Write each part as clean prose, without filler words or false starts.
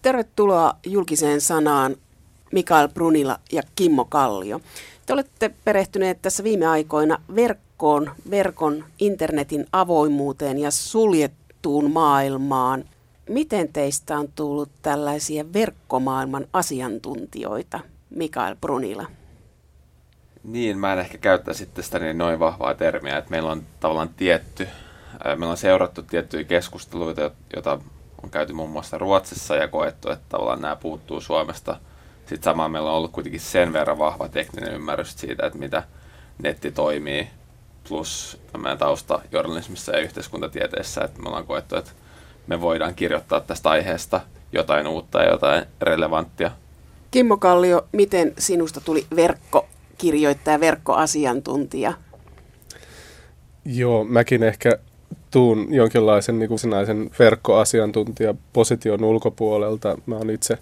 Tervetuloa julkiseen sanaan Mikael Brunila ja Kimmo Kallio. Te olette perehtyneet tässä viime aikoina verkon, internetin avoimuuteen ja suljettuun maailmaan. Miten teistä on tullut tällaisia verkkomaailman asiantuntijoita, Mikael Brunila? Niin, mä en ehkä käyttäisi sitä niin noin vahvaa termiä, että meillä on tavallaan meillä on seurattu tiettyjä keskusteluita, joita on käyty muun muassa Ruotsissa ja koettu, että tavallaan nämä puuttuu Suomesta. Sitten samaan meillä on ollut kuitenkin sen verran vahva tekninen ymmärrys siitä, että mitä netti toimii, plus meidän tausta journalismissa ja yhteiskuntatieteessä, että me ollaan koettu, että me voidaan kirjoittaa tästä aiheesta jotain uutta ja jotain relevanttia. Kimmo Kallio, miten sinusta tuli verkkokirjoittaja, verkkoasiantuntija? Joo, mäkin ehkä tuun jonkinlaisen niin verkkoasiantuntijaposition ulkopuolelta. Mä oon itse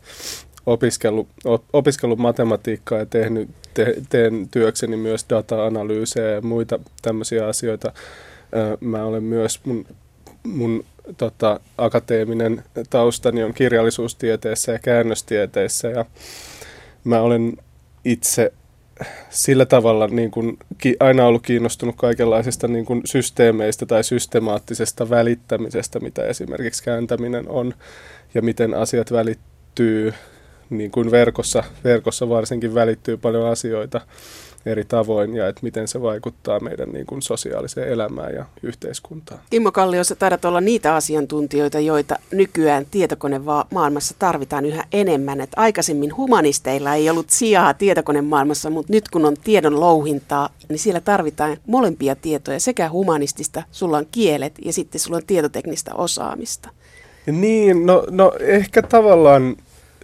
opiskellut matematiikkaa ja teen työkseni myös data-analyysejä ja muita tämmöisiä asioita. Mä olen myös mun akateeminen taustani on kirjallisuustieteessä ja käännöstieteissä ja mä olen itse sillä tavalla niin kuin aina ollut kiinnostunut kaikenlaisista niin kuin systeemeistä tai systemaattisesta välittämisestä, mitä esimerkiksi kääntäminen on ja miten asiat välittyy niin kuin verkossa varsinkin välittyy paljon asioita eri tavoin ja että miten se vaikuttaa meidän niin kuin sosiaaliseen elämään ja yhteiskuntaan. Kimmo Kallio, sä taidat olla niitä asiantuntijoita, joita nykyään tietokonemaailmassa tarvitaan yhä enemmän. Et aikaisemmin humanisteilla ei ollut sijaa tietokonemaailmassa, mutta nyt kun on tiedon louhintaa, niin siellä tarvitaan molempia tietoja, sekä humanistista, sulla on kielet ja sitten sulla on tietoteknistä osaamista. Niin, no ehkä tavallaan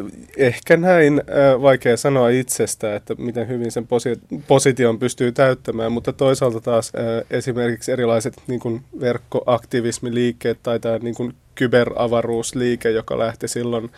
ehkä näin, vaikea sanoa itsestä, että miten hyvin sen position pystyy täyttämään, mutta toisaalta taas esimerkiksi erilaiset niin kuin verkkoaktivismiliikkeet tai tämä niin kuin kyberavaruusliike, joka lähti silloin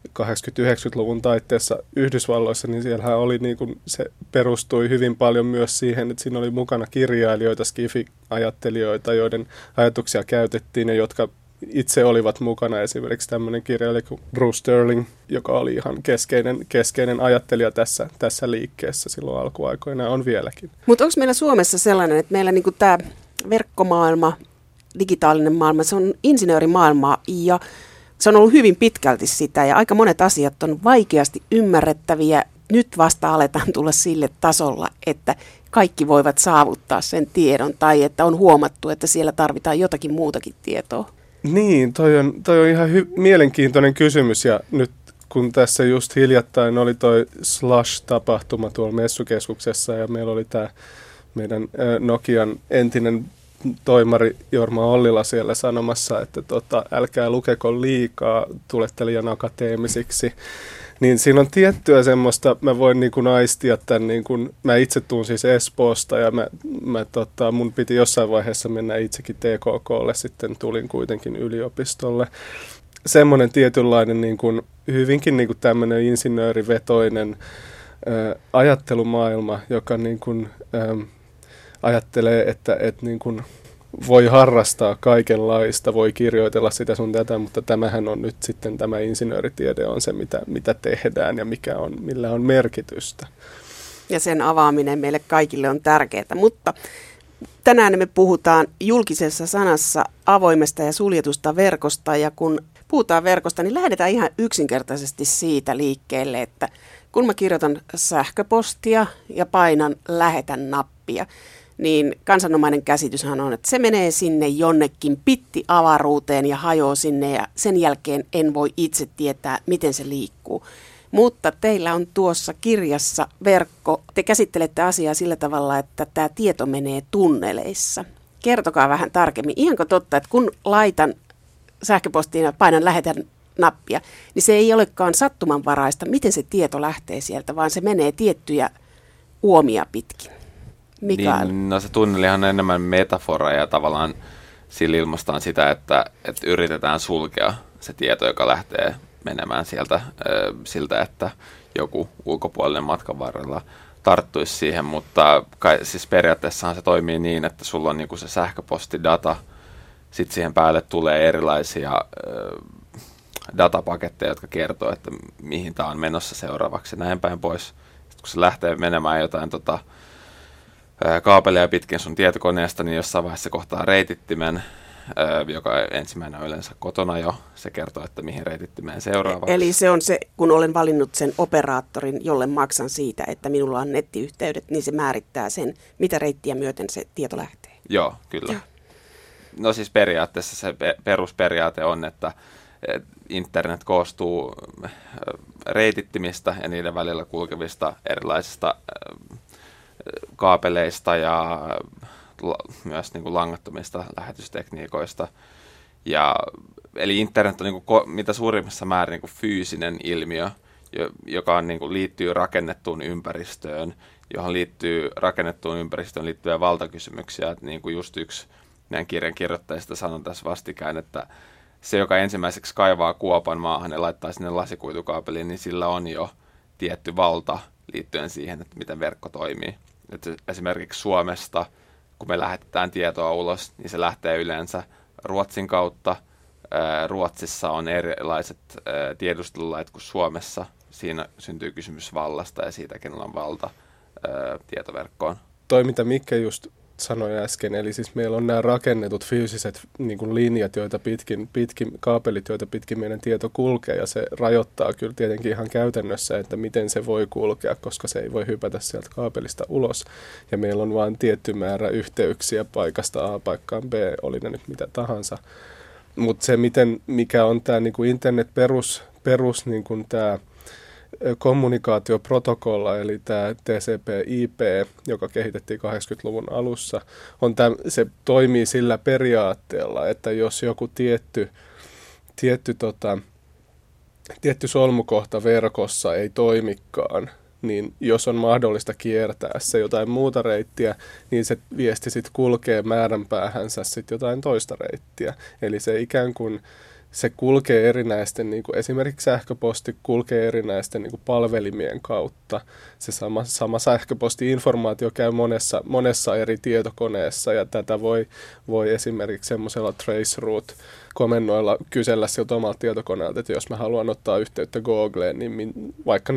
80-90-luvun taitteessa Yhdysvalloissa, niin siellähän oli niin kuin, se perustui hyvin paljon myös siihen, että siinä oli mukana kirjailijoita, skifi-ajattelijoita, joiden ajatuksia käytettiin ja jotka itse olivat mukana, esimerkiksi tämmöinen kirjailija kuin Bruce Sterling, joka oli ihan keskeinen ajattelija tässä liikkeessä silloin alkuaikoina, on vieläkin. Mutta onko meillä Suomessa sellainen, että meillä niinku tämä verkkomaailma, digitaalinen maailma, se on insinöörimaailma ja se on ollut hyvin pitkälti sitä ja aika monet asiat on vaikeasti ymmärrettäviä. Nyt vasta aletaan tulla sille tasolla, että kaikki voivat saavuttaa sen tiedon tai että on huomattu, että siellä tarvitaan jotakin muutakin tietoa. Niin, toi on ihan mielenkiintoinen kysymys ja nyt kun tässä just hiljattain oli toi Slush-tapahtuma tuolla messukeskuksessa ja meillä oli tämä meidän Nokian entinen toimari Jorma Ollila siellä sanomassa, että älkää lukeko liikaa, tulette liian akateemisiksi. Niin siinä on tiettyä semmoista, mä voin niin kuin aistia tämän, niin kuin, mä itse tuun siis Espoosta ja mun piti jossain vaiheessa mennä itsekin TKK:lle, sitten tulin kuitenkin yliopistolle. Semmoinen tietynlainen niin kuin, hyvinkin niin kuin tämmöinen insinöörivetoinen ajattelumaailma, joka niin kuin, ajattelee, että niin kuin, voi harrastaa kaikenlaista, voi kirjoitella sitä sun tätä, mutta tämähän on nyt sitten tämä insinööritiede on se, mitä tehdään ja millä on merkitystä. Ja sen avaaminen meille kaikille on tärkeää, mutta tänään me puhutaan julkisessa sanassa avoimesta ja suljetusta verkosta ja kun puhutaan verkosta, niin lähdetään ihan yksinkertaisesti siitä liikkeelle, että kun mä kirjoitan sähköpostia ja painan lähetän nappia, niin kansanomainen käsityshän on, että se menee sinne jonnekin pittiavaruuteen ja hajoaa sinne ja sen jälkeen en voi itse tietää, miten se liikkuu. Mutta teillä on tuossa kirjassa verkko. Te käsittelette asiaa sillä tavalla, että tämä tieto menee tunneleissa. Kertokaa vähän tarkemmin. Ihanko totta, että kun laitan sähköpostiin ja painan lähetän nappia, niin se ei olekaan sattumanvaraista, miten se tieto lähtee sieltä, vaan se menee tiettyjä uomia pitkin. Mikael. Niin, no se tunnelihan on enemmän metafora ja tavallaan sillä ilmaistaan sitä, että yritetään sulkea se tieto, joka lähtee menemään sieltä siltä, että joku ulkopuolinen matkan varrella tarttuisi siihen, mutta siis periaatteessahan se toimii niin, että sulla on niinku se sähköpostidata, sitten siihen päälle tulee erilaisia datapaketteja, jotka kertoo, että mihin tämä on menossa seuraavaksi ja näin päin pois. Sitten kun se lähtee menemään jotain kaapelia pitkin sun tietokoneesta, niin jossain vaiheessa se kohtaa reitittimen, joka ensimmäinen on yleensä kotona jo. Se kertoo, että mihin reitittimeen seuraavaksi. Eli se on se, kun olen valinnut sen operaattorin, jolle maksan siitä, että minulla on nettiyhteydet, niin se määrittää sen, mitä reittiä myöten se tieto lähtee. Joo, kyllä. No siis periaatteessa se perusperiaate on, että internet koostuu reitittimistä ja niiden välillä kulkevista erilaisista kaapeleista ja myös niin kuin langattomista lähetystekniikoista. Eli internet on niin kuin mitä suurimmassa määrin niin kuin fyysinen ilmiö, joka on, niin kuin liittyy rakennettuun ympäristöön, johon liittyy rakennettuun ympäristöön liittyviä valtakysymyksiä. Että niin kuin just yksi meidän kirjan kirjoittajista sanoi tässä vastikään, että se, joka ensimmäiseksi kaivaa kuopan maahan ja laittaa sinne lasikuitukaapeliin, niin sillä on jo tietty valta liittyen siihen, että miten verkko toimii. Että esimerkiksi Suomesta, kun me lähetetään tietoa ulos, niin se lähtee yleensä Ruotsin kautta. Ruotsissa on erilaiset tiedustelulait kuin Suomessa. Siinä syntyy kysymys vallasta ja siitä, kenellä on valta tietoverkkoon. Toi, mitä Mikke just sanoi äsken, eli siis meillä on nämä rakennetut fyysiset niin kuin linjat, joita kaapelit, joita pitkin meidän tieto kulkee, ja se rajoittaa kyllä tietenkin ihan käytännössä, että miten se voi kulkea, koska se ei voi hypätä sieltä kaapelista ulos, ja meillä on vain tietty määrä yhteyksiä paikasta A paikkaan B, oli ne nyt mitä tahansa. Mutta se, mikä on tämä niin kuin internet perus niin kuin tämä kommunikaatioprotokolla, eli tämä TCP/IP, joka kehitettiin 80-luvun alussa, se toimii sillä periaatteella, että jos joku tietty solmukohta verkossa ei toimikaan, niin jos on mahdollista kiertää se jotain muuta reittiä, niin se viesti sitten kulkee määränpäähänsä sitten jotain toista reittiä. Eli se ikään kuin se kulkee erinäisten, niin kuin esimerkiksi sähköposti kulkee erinäisten niin kuin palvelimien kautta. Se sama sähköposti-informaatio käy monessa eri tietokoneessa, ja tätä voi esimerkiksi semmoisella traceroute-komennoilla kysellä siltä omalta tietokoneelta, että jos mä haluan ottaa yhteyttä Googleen, niin vaikka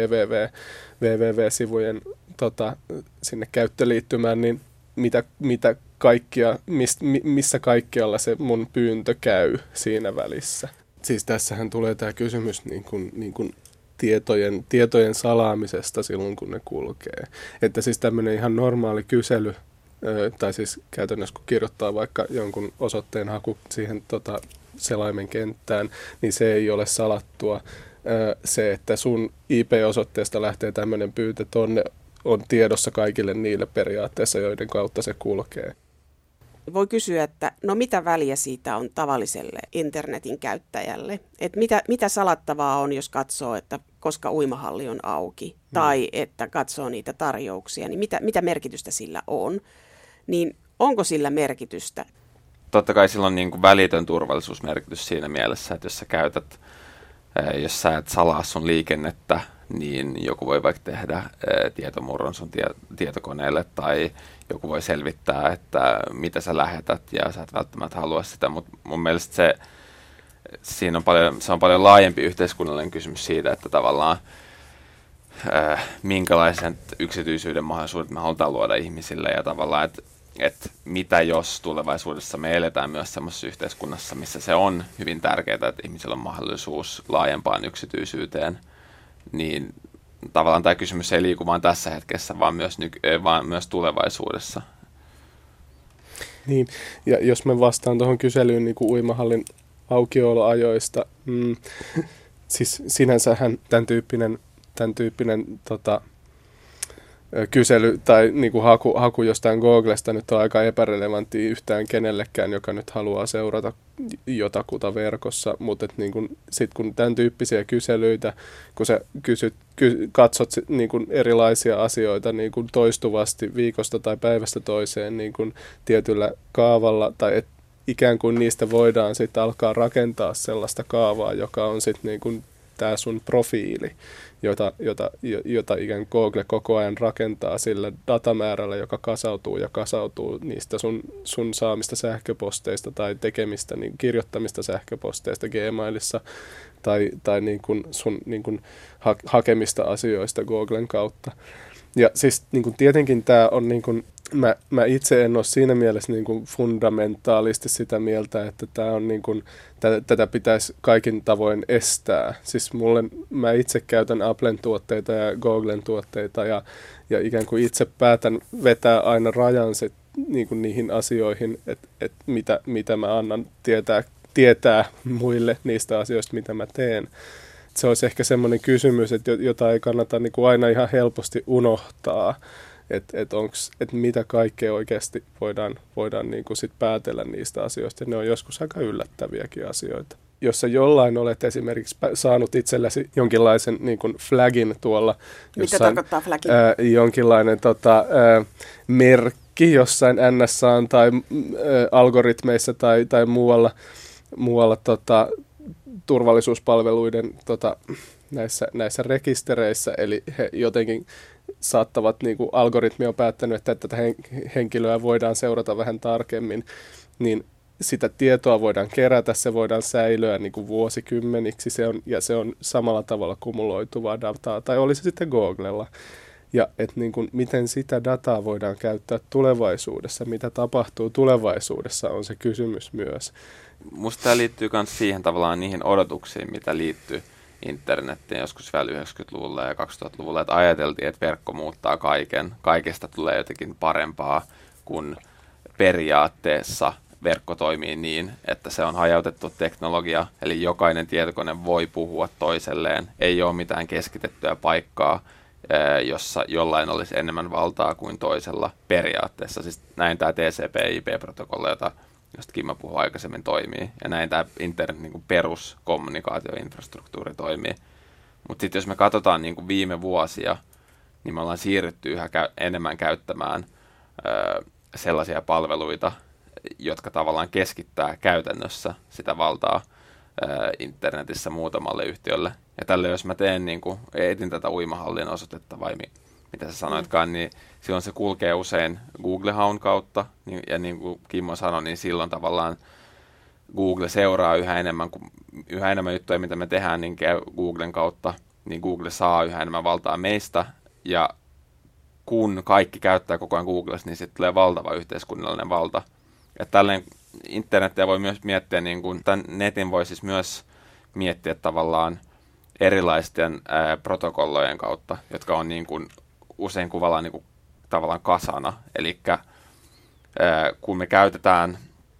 www-sivujen sinne käyttöliittymään, niin mitä kaikkia, missä kaikkialla se mun pyyntö käy siinä välissä. Siis tässähän tulee tämä kysymys niin kuin tietojen salaamisesta silloin, kun ne kulkee. Että siis tämmöinen ihan normaali kysely, tai siis käytännössä kun kirjoittaa vaikka jonkun osoitteen haku siihen selaimen kenttään, niin se ei ole salattua. Se, että sun IP-osoitteesta lähtee tämmöinen pyyntö tonne, on tiedossa kaikille niille periaatteessa, joiden kautta se kulkee. Voi kysyä, että no mitä väliä siitä on tavalliselle internetin käyttäjälle? Että mitä salattavaa on, jos katsoo, että koska uimahalli on auki, tai että katsoo niitä tarjouksia, niin mitä merkitystä sillä on? Niin onko sillä merkitystä? Totta kai sillä on niin kuin välitön turvallisuusmerkitys siinä mielessä, että jos sä et salaa sun liikennettä, niin joku voi vaikka tehdä tietomurron sun tietokoneelle, tai joku voi selvittää, että mitä sä lähetät, ja sä et välttämättä halua sitä, mutta mun mielestä se on paljon laajempi yhteiskunnallinen kysymys siitä, että tavallaan minkälaiset yksityisyyden mahdollisuudet me halutaan luoda ihmisille, ja tavallaan, että mitä jos tulevaisuudessa me eletään myös semmoisessa yhteiskunnassa, missä se on hyvin tärkeää, että ihmisillä on mahdollisuus laajempaan yksityisyyteen, niin tavallaan tämä kysymys ei liiku vain tässä hetkessä, vaan myös tulevaisuudessa. Niin, ja jos mä vastaan tuohon kyselyyn niin kuin uimahallin aukioloajoista, siis sinänsähän tämän tyyppinen kysely tai niin kuin haku jostain Googlesta nyt on aika epärelevantti yhtään kenellekään, joka nyt haluaa seurata jotakuta verkossa, mutta niin sitten kun tämän tyyppisiä kyselyitä, kun sä katsot niin kuin erilaisia asioita niin kuin toistuvasti viikosta tai päivästä toiseen niin kuin tietyllä kaavalla, tai ikään kuin niistä voidaan sitten alkaa rakentaa sellaista kaavaa, joka on sitten niin kuin tämä sun profiili, jota ikään kuin Google koko ajan rakentaa sillä datamäärällä, joka kasautuu niistä sun saamista sähköposteista tai tekemistä, niin kirjoittamista sähköposteista Gmailissa tai niin kuin sun niin kuin hakemista asioista Googlen kautta. Ja siis niin kuin tietenkin tämä on, niin kuin, mä itse en ole siinä mielessä niin kuin fundamentaalisti sitä mieltä, että tämä on niin kuin, tätä pitäisi kaikin tavoin estää. Siis mä itse käytän Applen tuotteita ja Googlen tuotteita ja ikään kuin itse päätän vetää aina rajan niin kuin niihin asioihin, että mitä mä annan tietää muille niistä asioista, mitä mä teen. Se olisi ehkä semmoinen kysymys, että jota ei kannata niin kuin aina ihan helposti unohtaa, että mitä kaikkea oikeasti voidaan niin kuin sit päätellä niistä asioista. Ne on joskus aika yllättäviäkin asioita. Jos sä jollain olet esimerkiksi saanut itsellesi jonkinlaisen niin kuin flagin tuolla. Mitä tarkoittaa flagin? Jonkinlainen merkki jossain NSA:n tai algoritmeissa tai muualla turvallisuuspalveluiden näissä rekistereissä, eli he jotenkin saattavat, niin kuin algoritmi on päättänyt, että tätä henkilöä voidaan seurata vähän tarkemmin, niin sitä tietoa voidaan kerätä, se voidaan säilöä niin kuin vuosikymmeniksi, se on samalla tavalla kumuloituvaa dataa, tai oli se sitten Googlella. Ja niin kuin, miten sitä dataa voidaan käyttää tulevaisuudessa, mitä tapahtuu tulevaisuudessa, on se kysymys myös. Musta tämä liittyy myös siihen tavallaan niihin odotuksiin, mitä liittyy internettiin joskus vielä 90-luvulla ja 2000-luvulla, että ajateltiin, että verkko muuttaa kaiken. Kaikesta tulee jotenkin parempaa, kun periaatteessa verkko toimii niin, että se on hajautettu teknologia, eli jokainen tietokone voi puhua toiselleen. Ei ole mitään keskitettyä paikkaa, jossa jollain olisi enemmän valtaa kuin toisella periaatteessa. Siis näin tämä TCP/IP-protokolla, josta Kimmo puhui aikaisemmin, toimii. Ja näin tämä internet niin kuin peruskommunikaatioinfrastruktuuri toimii. Mutta sitten jos me katsotaan niin kuin viime vuosia, niin me ollaan siirrytty yhä enemmän käyttämään sellaisia palveluita, jotka tavallaan keskittää käytännössä sitä valtaa internetissä muutamalle yhtiölle. Ja tällä jos mä etin tätä uimahallin osoitetta vai mitä sä sanoitkaan, niin silloin se kulkee usein Google-haun kautta. Ja niin kuin Kimmo sanoi, niin silloin tavallaan Google seuraa yhä enemmän juttuja, mitä me tehdään, niin käy Googlen kautta. Niin Google saa yhä enemmän valtaa meistä. Ja kun kaikki käyttää koko ajan Googlessa, niin sitten tulee valtava yhteiskunnallinen valta. Ja tälleen internetiä voi myös miettiä, niin kuin tämän netin voi siis myös miettiä tavallaan erilaisten protokollojen kautta, jotka on niin kuin usein kuvaillaan niin kuin tavallaan kasana. Eli kun me käytetään,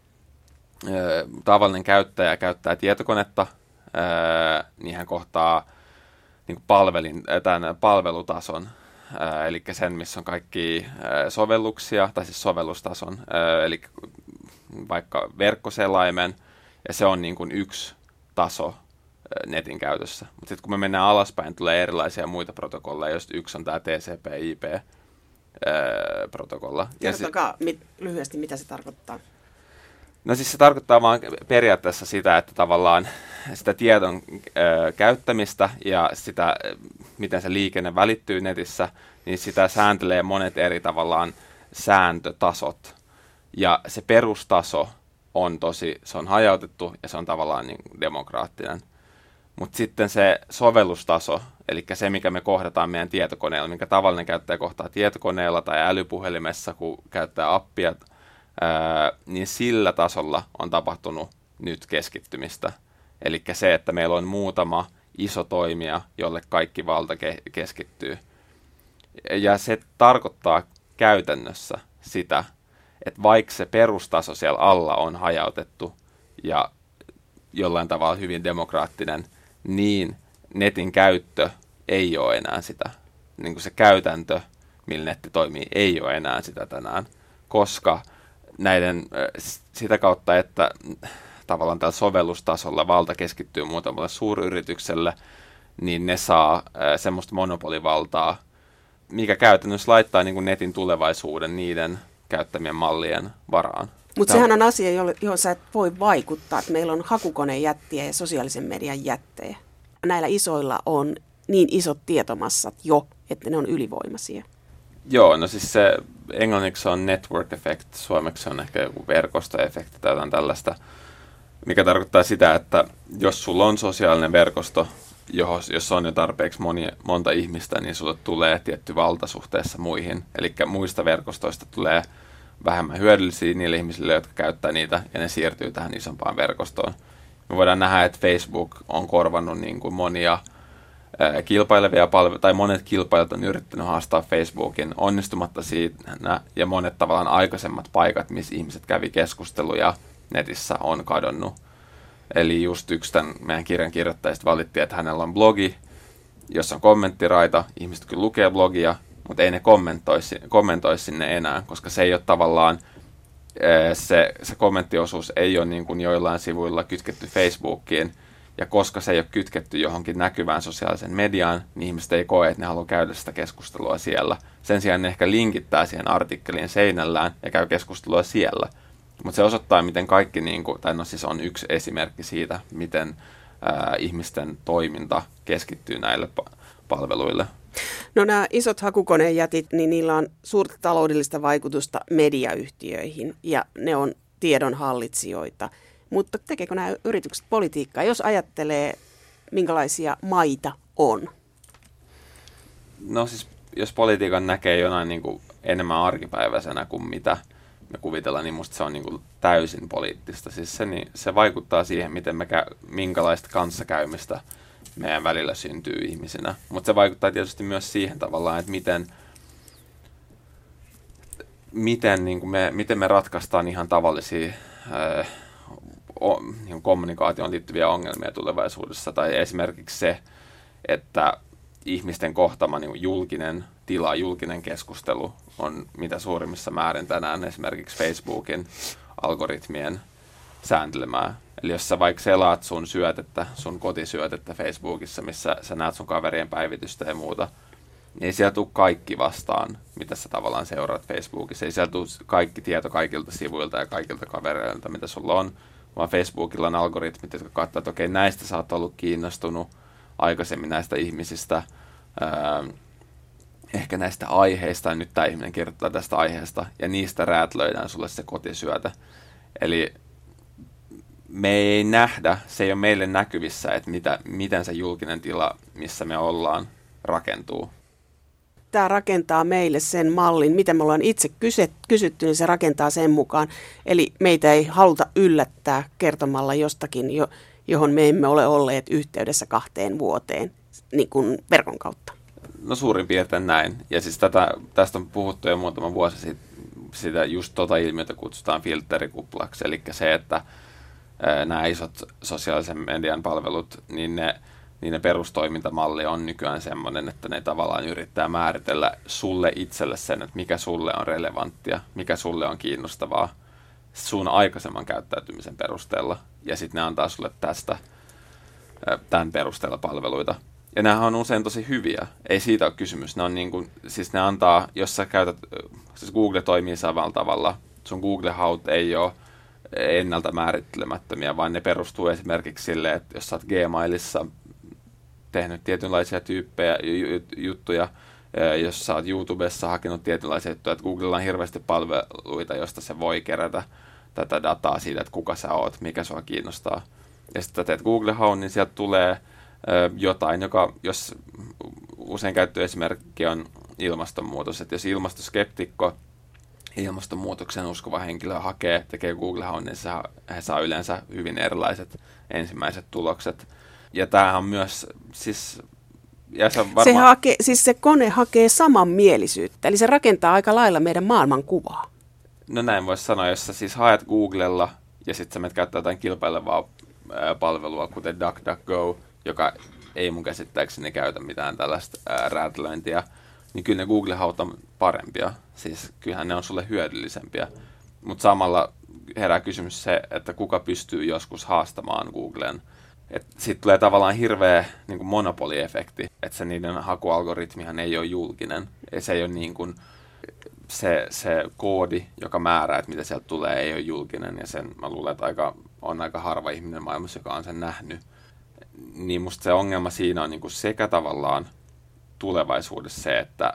tavallinen käyttäjä käyttää tietokonetta, niin hän kohtaa niin kuin tämän palvelutason, eli sen, missä on kaikki sovelluksia, tai siis sovellustason, eli vaikka verkkoselaimen, ja se on niin kuin yksi taso netin käytössä. Mutta sitten kun me mennään alaspäin, tulee erilaisia muita protokolleja, joista yksi on tämä TCP/IP-protokolla. Kertokaa lyhyesti, mitä se tarkoittaa. No siis se tarkoittaa vaan periaatteessa sitä, että tavallaan sitä tiedon käyttämistä ja sitä, miten se liikenne välittyy netissä, niin sitä sääntelee monet eri tavallaan sääntötasot. Ja se perustaso se on hajautettu ja se on tavallaan niin demokraattinen. Mutta sitten se sovellustaso, eli se, mikä me kohdataan meidän tietokoneella, minkä tavallinen käyttäjä kohtaa tietokoneella tai älypuhelimessa, kun käyttää appia, niin sillä tasolla on tapahtunut nyt keskittymistä. Eli se, että meillä on muutama iso toimija, jolle kaikki valta keskittyy. Ja se tarkoittaa käytännössä sitä, että vaikka se perustaso siellä alla on hajautettu ja jollain tavalla hyvin demokraattinen, niin netin käyttö ei ole enää sitä. Niin kuin se käytäntö, millä netti toimii, ei ole enää sitä tänään, koska sitä kautta, että tavallaan tällä sovellustasolla valta keskittyy muutamalle suuryritykselle, niin ne saa semmoista monopolivaltaa, mikä käytännössä laittaa niin kuin netin tulevaisuuden niiden käyttämien mallien varaan. Mutta sehän on asia, johon sä et voi vaikuttaa, että meillä on hakukonejättiä ja sosiaalisen median jättejä. näillä isoilla on niin isot tietomassat jo, että ne on ylivoimaisia? Joo, no siis se englanniksi on network effect, suomeksi on ehkä joku verkostoefekti tai jotain tällaista, mikä tarkoittaa sitä, että jos sulla on sosiaalinen verkosto, jos on jo tarpeeksi monta ihmistä, niin sulle tulee tietty valta suhteessa muihin. Eli muista verkostoista tulee vähemmän hyödyllisiä niille ihmisille, jotka käyttää niitä, ja ne siirtyy tähän isompaan verkostoon. Me voidaan nähdä, että Facebook on korvannut niin kuin monia kilpailevia palveluita, tai monet kilpailijat on yrittänyt haastaa Facebookin onnistumatta siinä, ja monet tavallaan aikaisemmat paikat, missä ihmiset kävi keskusteluja netissä, on kadonnut. Eli just yksi tämän meidän kirjan kirjoittajista valitti, että hänellä on blogi, jossa on kommenttiraita, ihmiset kyllä lukee blogia, mutta ei ne kommentoi sinne enää, koska se ei ole tavallaan, se kommenttiosuus ei ole niin kuin joillain sivuilla kytketty Facebookiin, ja koska se ei ole kytketty johonkin näkyvään sosiaalisen mediaan, niin ihmiset ei koe, että ne haluaa käydä sitä keskustelua siellä. Sen sijaan ne ehkä linkittää siihen artikkeliin seinällään ja käy keskustelua siellä. Mutta se osoittaa, miten kaikki, tai no siis on yksi esimerkki siitä, miten ihmisten toiminta keskittyy näille palveluille. No nämä isot hakukonejätit, niin niillä on suurta taloudellista vaikutusta mediayhtiöihin ja ne on tiedonhallitsijoita. Mutta tekeekö nämä yritykset politiikkaa, jos ajattelee, minkälaisia maita on? No siis, jos politiikan näkee jonain niin kuin enemmän arkipäiväisenä kuin mitä me kuvitellaan, niin musta se on niin kuin täysin poliittista. Siis se vaikuttaa siihen, minkälaista kanssakäymistä meidän välillä syntyy ihmisinä. Mutta se vaikuttaa tietysti myös siihen tavallaan, että miten me ratkaistaan ihan tavallisia niin kommunikaatioon liittyviä ongelmia tulevaisuudessa. Tai esimerkiksi se, että ihmisten kohtama niin julkinen tila, julkinen keskustelu on mitä suurimmissa määrin tänään esimerkiksi Facebookin algoritmien sääntelemää. Eli jos sä vaikka selaat sun kotisyötettä Facebookissa, missä sä näet sun kaverien päivitystä ja muuta, niin ei sieltä tule kaikki vastaan, mitä sä tavallaan seuraat Facebookissa. Ei sieltä tule kaikki tieto kaikilta sivuilta ja kaikilta kavereilta, mitä sulla on, vaan Facebookilla on algoritmit, jotka katsovat, että okei, näistä sä oot ollut kiinnostunut aikaisemmin näistä ihmisistä, ehkä näistä aiheista, ja nyt tämä ihminen kirjoittaa tästä aiheesta, ja niistä räätälöidään sulle se kotisyötä. Eli me ei nähdä, se ei ole meille näkyvissä, että miten se julkinen tila, missä me ollaan, rakentuu. Tämä rakentaa meille sen mallin, mitä me ollaan itse kysytty, niin se rakentaa sen mukaan. Eli meitä ei haluta yllättää kertomalla jostakin, johon me emme ole olleet yhteydessä 2 vuoteen niin kuin verkon kautta. No suurin piirtein näin. Ja siis tästä on puhuttu jo muutama vuosi sitten. Sitä just ilmiötä kutsutaan filterikuplaksi. Eli se, että nämä isot sosiaalisen median palvelut, niin ne perustoimintamalli on nykyään semmoinen, että ne tavallaan yrittää määritellä sulle itselle sen, että mikä sulle on relevanttia, mikä sulle on kiinnostavaa sun aikaisemman käyttäytymisen perusteella. Ja sitten ne antaa sulle tämän perusteella palveluita. Ja nämähän on usein tosi hyviä. Ei siitä ole kysymys. Ne on siis ne antaa, jos sä käytät, siis Google toimii samalla tavalla. Sun Google-haut ei ole ennalta määrittelemättömiä, vaan ne perustuu esimerkiksi sille, että jos sä oot Gmailissa tehnyt tietynlaisia juttuja, jos sä oot YouTubessa hakenut tietynlaisia juttuja, että Googlella on hirveästi palveluita, josta se voi kerätä tätä dataa siitä, että kuka sä oot, mikä sua kiinnostaa. Ja sitten teet Google-haun, niin sieltä tulee jotain, joka, jos usein käytetty esimerkki on ilmastonmuutos, että jos ilmastoskeptikko, ilmastonmuutoksen uskova henkilö tekee Google-haun, niin he saa yleensä hyvin erilaiset ensimmäiset tulokset. Ja tämähän on myös, siis se kone hakee samanmielisyyttä, eli se rakentaa aika lailla meidän maailmankuvaa. No näin voisi sanoa, jos sä siis haet Googlella ja sitten sä menet käyttää jotain kilpailevaa palvelua, kuten DuckDuckGo, joka ei mun käsittääkseni käytä mitään tällaista räätälöintiä, niin kyllä ne Google-haut on parempia. Siis kyllähän ne on sulle hyödyllisempiä. Mutta samalla herää kysymys se, että kuka pystyy joskus haastamaan Googlen. Sitten tulee tavallaan hirveä niin kuin monopoliefekti, että se niiden hakualgoritmihan ei ole julkinen. Se ei ole niin kuin se koodi, joka määrää, että mitä sieltä tulee, ei ole julkinen. Ja sen mä luulen, että on aika harva ihminen maailmassa, joka on sen nähnyt. niin musta se ongelma siinä on niin kuin sekä tavallaan tulevaisuudessa se, että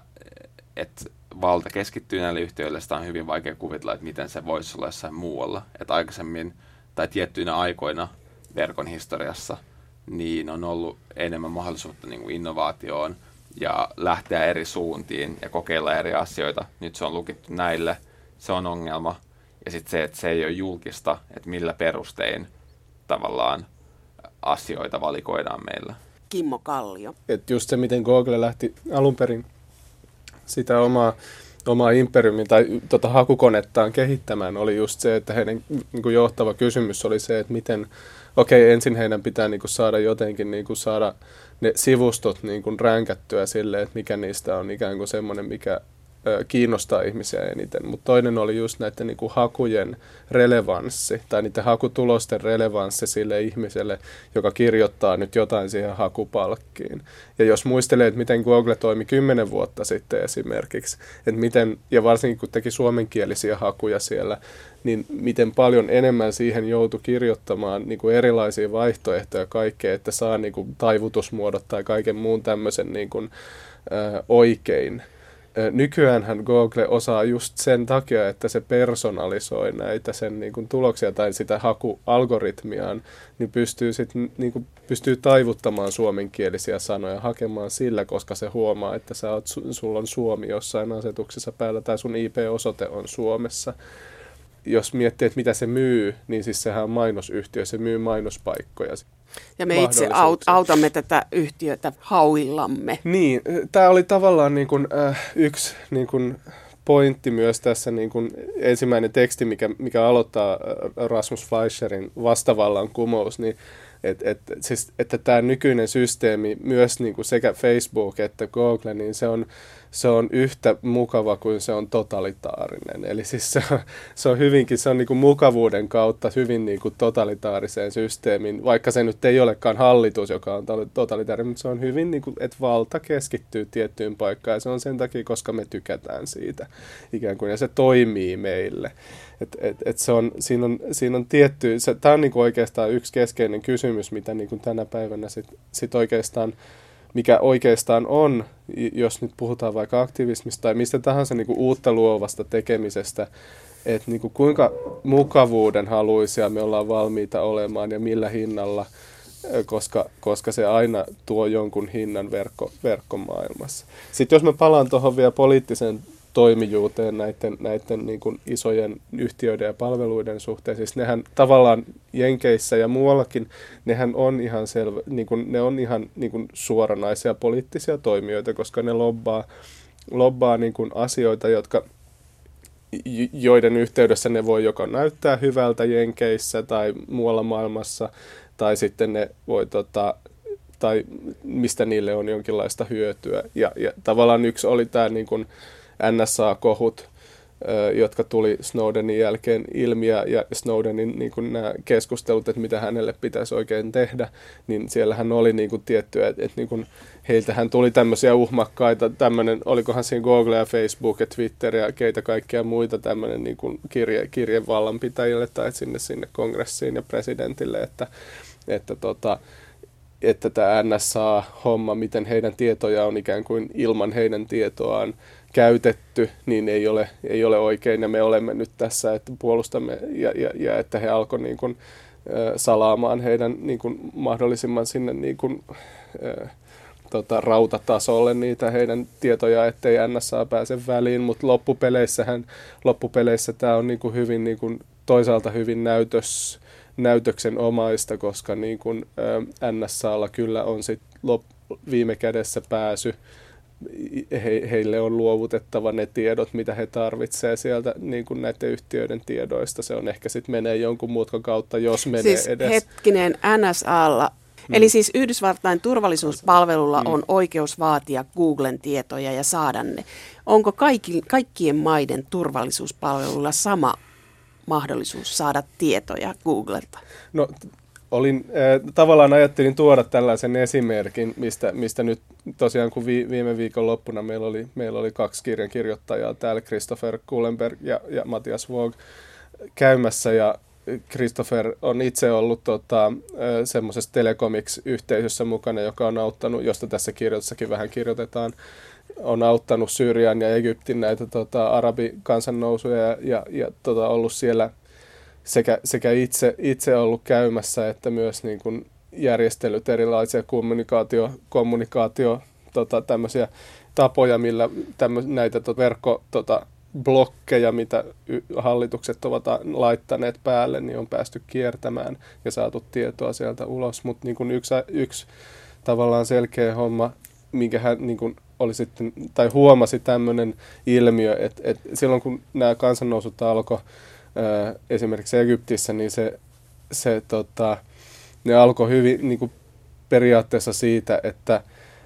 valta keskittyy näille yhtiöille, sitä on hyvin vaikea kuvitella, että miten se voisi olla jossain muualla. Että aikaisemmin tai tiettyinä aikoina verkon historiassa niin on ollut enemmän mahdollisuutta niin kuin innovaatioon ja lähteä eri suuntiin ja kokeilla eri asioita. Nyt se on lukittu näille, se on ongelma. Ja sitten se, että se ei ole julkista, että millä perustein tavallaan asioita valikoidaan meillä. Kimmo Kallio. Että just se, miten Google lähti alun perin sitä omaa imperiumin tai hakukonettaan kehittämään, oli just se, että heidän niin kuin johtava kysymys oli se, että miten, ensin heidän pitää niin kuin saada jotenkin niin kuin saada ne sivustot niin kuin ränkättyä silleen, että mikä niistä on ikään kuin semmoinen, mikä kiinnostaa ihmisiä eniten. Mutta toinen oli just näiden niin kuin hakujen relevanssi tai niiden hakutulosten relevanssi sille ihmiselle, joka kirjoittaa nyt jotain siihen hakupalkkiin. Ja jos muistelee, että miten Google toimi 10 vuotta sitten esimerkiksi, että miten, ja varsinkin kun teki suomenkielisiä hakuja siellä, niin miten paljon enemmän siihen joutui kirjoittamaan niin kuin erilaisia vaihtoehtoja kaikkea, että saa niin kuin taivutusmuodot tai kaiken muun tämmöisen niin kuin, oikein. Nykyäänhän Google osaa just sen takia, että se personalisoi näitä sen niin kuin tuloksia tai sitä hakualgoritmiaan, niin pystyy taivuttamaan suomenkielisiä sanoja hakemaan sillä, koska se huomaa, että sulla on Suomi jossain asetuksessa päällä tai sun IP-osoite on Suomessa. Jos miettii, että mitä se myy, niin siis sehän on mainosyhtiö, se myy mainospaikkoja. Ja me itse autamme tätä yhtiötä hauillamme. Niin, tämä oli tavallaan niin kuin, yksi niin kuin pointti myös tässä niin kuin ensimmäinen teksti, mikä aloittaa Rasmus Fleischerin vastavallan kumous, niin että tämä nykyinen systeemi, myös niin kuin sekä Facebook että Google, niin se on yhtä mukava kuin se on totalitaarinen. Eli siis se on hyvinkin, se on niin kuin mukavuuden kautta hyvin niin kuin totalitaariseen systeemiin, vaikka se nyt ei olekaan hallitus, joka on totalitaarinen, mutta se on hyvin niin kuin, että valta keskittyy tiettyyn paikkaan ja se on sen takia, koska me tykätään siitä ikään kuin ja se toimii meille. Siinä on tietty, tämä on niin kuin oikeastaan yksi keskeinen kysymys, mitä niin kuin tänä päivänä sit oikeastaan, mikä oikeastaan on, jos nyt puhutaan vaikka aktivismista tai mistä tahansa niin kuin uutta luovasta tekemisestä, että niin kuin kuinka mukavuuden haluisia me ollaan valmiita olemaan ja millä hinnalla, koska se aina tuo jonkun hinnan verkkomaailmassa. Sitten jos mä palaan tuohon vielä poliittiseen toimijuuteen näiden niin kuin isojen yhtiöiden ja palveluiden suhteen. Siis nehän tavallaan Jenkeissä ja muuallakin, nehän on ihan ne on ihan niin kuin suoranaisia poliittisia toimijoita, koska ne lobbaa niin kuin asioita, joiden yhteydessä ne voi joko näyttää hyvältä Jenkeissä tai muualla maailmassa, tai sitten ne voi tai mistä niille on jonkinlaista hyötyä. Ja tavallaan yksi oli tämä niin kuin NSA-kohut, jotka tuli Snowdenin jälkeen ilmi ja Snowdenin niin kuin nämä keskustelut, että mitä hänelle pitäisi oikein tehdä, niin siellähän oli niin kuin tiettyä, että niin kuin heiltähän tuli tämmöisiä uhmakkaita, olikohan siinä Google ja Facebook ja Twitter ja keitä kaikkia muita tämmöinen niin kuin kirje vallanpitäjille tai sinne kongressiin ja presidentille, että tämä NSA-homma, miten heidän tietoja on ikään kuin ilman heidän tietoaan käytetty, niin ei ole oikein, ja me olemme nyt tässä, että puolustamme, ja että he alkoi niin kuin, salaamaan heidän niin kuin, mahdollisimman sinne niin kuin, rautatasolle niitä heidän tietoja, ettei NSA pääse väliin, mutta loppupeleissä tämä on niin kuin hyvin, niin kuin, toisaalta hyvin näytöksen omaista, koska niin kuin, NSAlla kyllä on sit viime kädessä pääsy. Heille on luovutettava ne tiedot, mitä he tarvitsevat sieltä niin kuin näiden yhtiöiden tiedoista. Se on ehkä sitten menee jonkun muutkan kautta, jos menee siis edes. Hetkinen, NSAlla. Eli siis Yhdysvaltain turvallisuuspalvelulla on oikeus vaatia Googlen tietoja ja saada ne. Onko kaikkien maiden turvallisuuspalvelulla sama mahdollisuus saada tietoja Googlelta? No, tavallaan ajattelin tuoda tällaisen esimerkin, mistä nyt tosiaan kun viime viikon loppuna meillä oli 2 kirjankirjoittajaa täällä, Christopher Kullenberg ja Matthias Vog käymässä, Christopher on itse ollut semmoisessa Telecomics-yhteisössä mukana, joka on auttanut, josta tässä kirjoitussakin vähän kirjoitetaan, on auttanut Syyrian ja Egyptin näitä arabikansannousuja ja ollut siellä sekä itse ollut käymässä, että myös niin kuin järjestellyt erilaisia kommunikaatio tämmöisiä tapoja, millä näitä verkkoblokkeja, mitä hallitukset ovat laittaneet päälle, niin on päästy kiertämään ja saatu tietoa sieltä ulos. Mutta niin yksi tavallaan selkeä homma, minkä hän niin kuin oli sitten, tai huomasi tämmöinen ilmiö, että silloin kun nämä kansannousut alkoi esimerkiksi Egyptissä, niin ne alkoi hyvin niin kuin periaatteessa siitä, että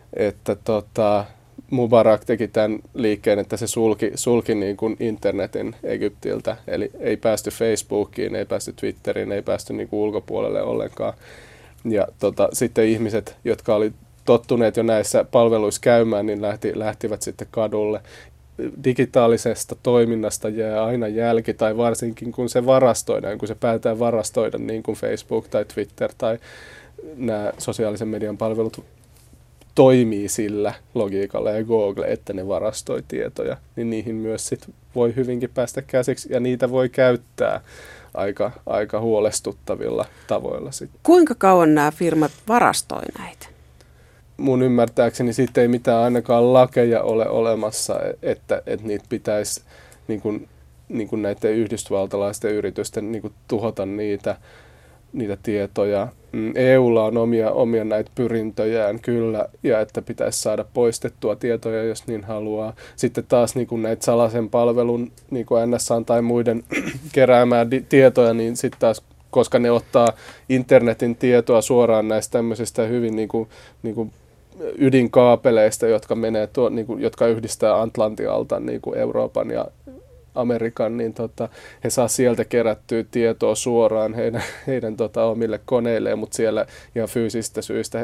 Mubarak teki tämän liikkeen, että se sulki niin kuin internetin Egyptiltä. Eli ei päästy Facebookiin, ei päästy Twitteriin, ei päästy niin kuin ulkopuolelle ollenkaan. Ja sitten ihmiset, jotka oli tottuneet jo näissä palveluissa käymään, niin lähtivät sitten kadulle. Digitaalisesta toiminnasta jää aina jälki, tai varsinkin kun se varastoidaan, kun se päätetään varastoida, niin kuin Facebook tai Twitter tai nämä sosiaalisen median palvelut toimii sillä logiikalla ja Google, että ne varastoi tietoja, niin niihin myös sit voi hyvinkin päästä käsiksi, ja niitä voi käyttää aika huolestuttavilla tavoilla. Sit. Kuinka kauan nämä firmat varastoi näitä? Mun ymmärtääkseni siitä ei mitään ainakaan lakeja ole olemassa, että niitä pitäisi niin kuin näiden yhdysvaltalaisten yritysten niin kuin tuhota niitä tietoja. EUlla on omia näitä pyrintöjään kyllä, ja että pitäisi saada poistettua tietoja, jos niin haluaa. Sitten taas niin kuin näitä salaisen palvelun, niin kuin NSA:n tai muiden keräämää tietoja, niin sitten taas, koska ne ottaa internetin tietoa suoraan näistä tämmöisistä hyvin niin kuin ydinkaapeleista, jotka menee jotka yhdistää Atlantin altaan niin kuin Euroopan ja Amerikan, niin he saa sieltä kerättyä tietoa suoraan heidän omille koneilleen, mutta siellä ihan fyysistä syistä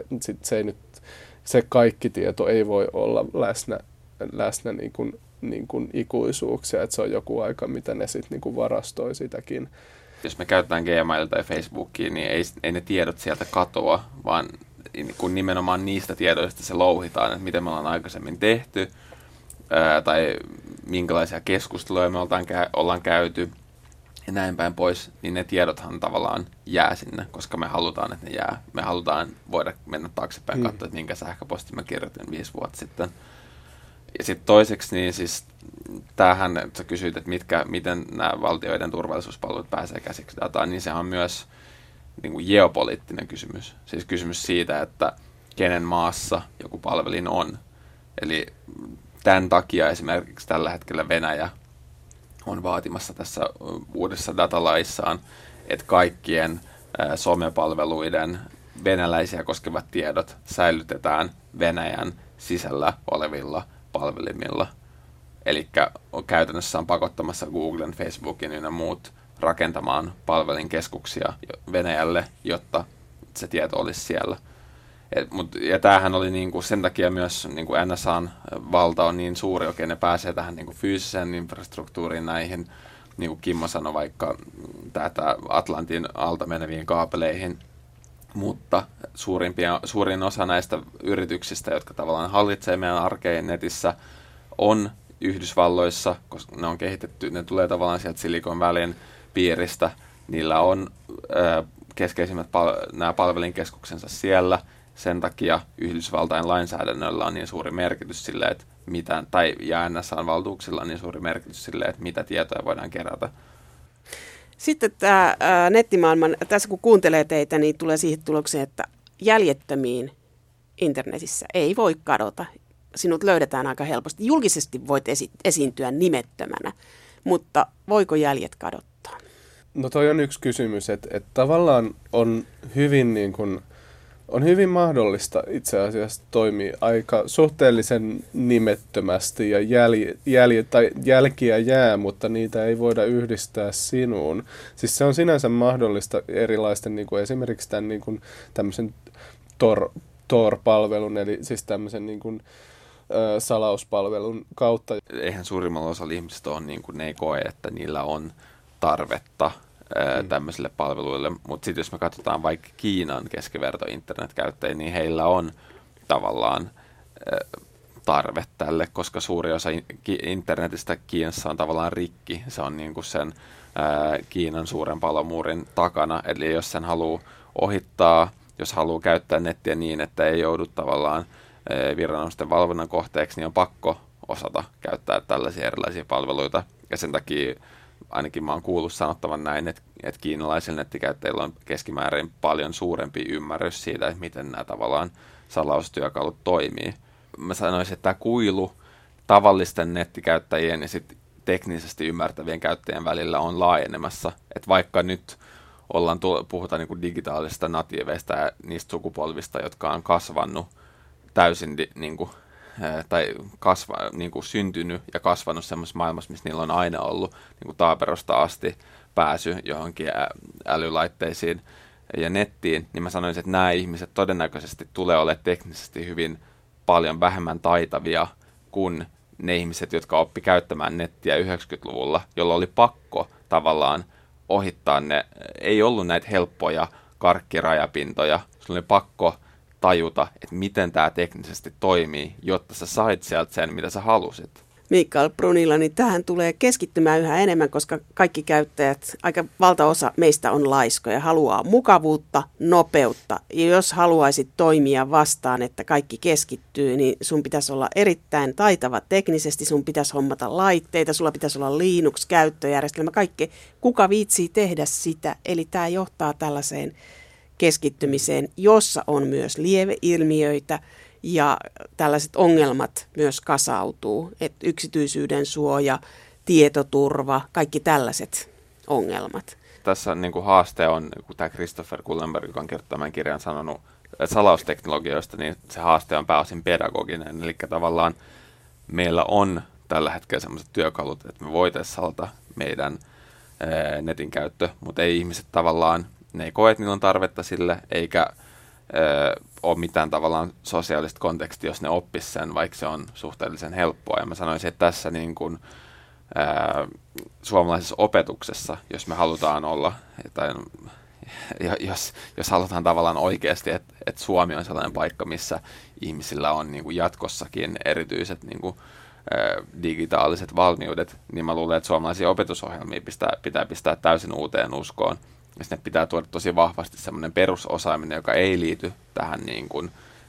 se kaikki tieto ei voi olla läsnä niin kuin ikuisuuksia, että se on joku aika, mitä ne sitten niin kuin varastoi sitäkin. Jos me käytetään Gmailia tai Facebookia, niin ei ne tiedot sieltä katoa, vaan kun nimenomaan niistä tiedoista se louhitaan, että miten me ollaan aikaisemmin tehty, tai minkälaisia keskusteluja me ollaan käyty ja näin päin pois, niin ne tiedothan tavallaan jää sinne, koska me halutaan, että ne jää. Me halutaan voida mennä taaksepäin ja katsoa, että minkä sähköpostin mä kirjoitin 5 vuotta sitten. Ja sitten toiseksi, niin siis tämähän, että sä kysyit, että miten nämä valtioiden turvallisuuspalvelut pääsee käsiksi dataan, niin sehän on myös niin kuin geopoliittinen kysymys. Siis kysymys siitä, että kenen maassa joku palvelin on. Eli tämän takia esimerkiksi tällä hetkellä Venäjä on vaatimassa tässä uudessa datalaissaan, että kaikkien somepalveluiden venäläisiä koskevat tiedot säilytetään Venäjän sisällä olevilla palvelimilla. Eli käytännössä on pakottamassa Googlen, Facebookin ja muut rakentamaan palvelinkeskuksia Venäjälle, jotta se tieto olisi siellä. Ja tämähän oli niinku sen takia myös niinku NSA:n valta on niin suuri, okei ne pääsee tähän niinku fyysiseen infrastruktuuriin näihin, niin kuin Kimmo sanoi vaikka tätä Atlantin alta meneviin kaapeleihin, mutta suurin osa näistä yrityksistä, jotka tavallaan hallitsee meidän arkeen netissä, on Yhdysvalloissa, koska ne on kehitetty, ne tulee tavallaan sieltä Silicon Valleyn piiristä, niillä on keskeisimmät nämä palvelinkeskuksensa siellä. Sen takia Yhdysvaltain lainsäädännöllä on niin suuri merkitys sille, että ja NSA:n valtuuksilla on niin suuri merkitys sille, että mitä tietoja voidaan kerätä. Sitten tämä nettimaailman, tässä kun kuuntelee teitä, niin tulee siihen tulokseen, että jäljettömiin internetissä ei voi kadota. Sinut löydetään aika helposti. Julkisesti voit esiintyä nimettömänä, mutta voiko jäljet kadottaa? No toi on yksi kysymys, että tavallaan on hyvin mahdollista itse asiassa toimia aika suhteellisen nimettömästi ja jälkiä jää, mutta niitä ei voida yhdistää sinuun. Siis se on sinänsä mahdollista erilaisten, niin kuin esimerkiksi tämän niin kuin tämmöisen Tor-palvelun, eli siis tämmöisen niin kuin salauspalvelun kautta. Eihän suurimmalla osalla ihmisistä on, niin kuin, ne ei koe, että niillä on tarvetta tämmöisille palveluille. Mutta sitten jos me katsotaan vaikka Kiinan keskiverto internetkäyttäjiä, niin heillä on tavallaan tarve tälle, koska suuri osa internetistä Kiinassa on tavallaan rikki. Se on niin kuin sen Kiinan suuren palomuurin takana. Eli jos sen haluaa ohittaa, jos haluaa käyttää nettiä niin, että ei joudu tavallaan viranomaisten valvonnan kohteeksi, niin on pakko osata käyttää tällaisia erilaisia palveluita. Ja sen takia ainakin mä oon kuullut sanottavan näin, että kiinalaisilla nettikäyttäjillä on keskimäärin paljon suurempi ymmärrys siitä, että miten nämä tavallaan salaustyökalut toimii. Mä sanoisin, että tämä kuilu tavallisten nettikäyttäjien ja sitten teknisesti ymmärtävien käyttäjien välillä on laajenemassa. Että vaikka nyt puhutaan niin kuin digitaalisista natiiveista ja niistä sukupolvista, jotka on kasvanut täysin syntynyt ja kasvanut semmoisessa maailmassa, missä niillä on aina ollut niin kuin taaperosta asti pääsy johonkin älylaitteisiin ja nettiin, niin mä sanoisin, että nämä ihmiset todennäköisesti tulee olemaan teknisesti hyvin paljon vähemmän taitavia kuin ne ihmiset, jotka oppi käyttämään nettiä 90-luvulla, jolloin oli pakko tavallaan ohittaa ne. Ei ollut näitä helppoja karkkirajapintoja, sulla oli pakko tajuta, että miten tämä teknisesti toimii, jotta sä sait sieltä sen, mitä sä halusit. Mikael Brunila, niin tähän tulee keskittymään yhä enemmän, koska kaikki käyttäjät, aika valtaosa meistä on laiskoja, haluaa mukavuutta, nopeutta. Ja jos haluaisit toimia vastaan, että kaikki keskittyy, niin sun pitäisi olla erittäin taitava teknisesti, sun pitäisi hommata laitteita, sulla pitäisi olla Linux-käyttöjärjestelmä, kaikki. Kuka viitsii tehdä sitä? Eli tämä johtaa tällaiseen keskittymiseen, jossa on myös lieveilmiöitä ja tällaiset ongelmat myös kasautuu, että yksityisyyden suoja, tietoturva, kaikki tällaiset ongelmat. Tässä niin kuin haaste on, kun tämä Christopher Kullenberg, joka on kirjoittanut tämän kirjan, sanonut salausteknologioista, niin se haaste on pääosin pedagoginen. Eli tavallaan meillä on tällä hetkellä sellaiset työkalut, että me voitaisiin salata meidän netin käyttö, mutta ei ihmiset tavallaan, ne ei koe, että niillä on tarvetta sille, eikä ole mitään tavallaan sosiaalista kontekstia, jos ne oppisi sen, vaikka se on suhteellisen helppoa. Ja mä sanoisin, että tässä niin kuin, suomalaisessa opetuksessa, jos me halutaan olla, tai jos halutaan tavallaan oikeasti, että Suomi on sellainen paikka, missä ihmisillä on niin kuin jatkossakin erityiset niin kuin, digitaaliset valmiudet, niin mä luulen, että suomalaisia opetusohjelmia pitää pistää täysin uuteen uskoon. Ja sinne pitää tuoda tosi vahvasti semmoinen perusosaaminen, joka ei liity tähän, niin kuin,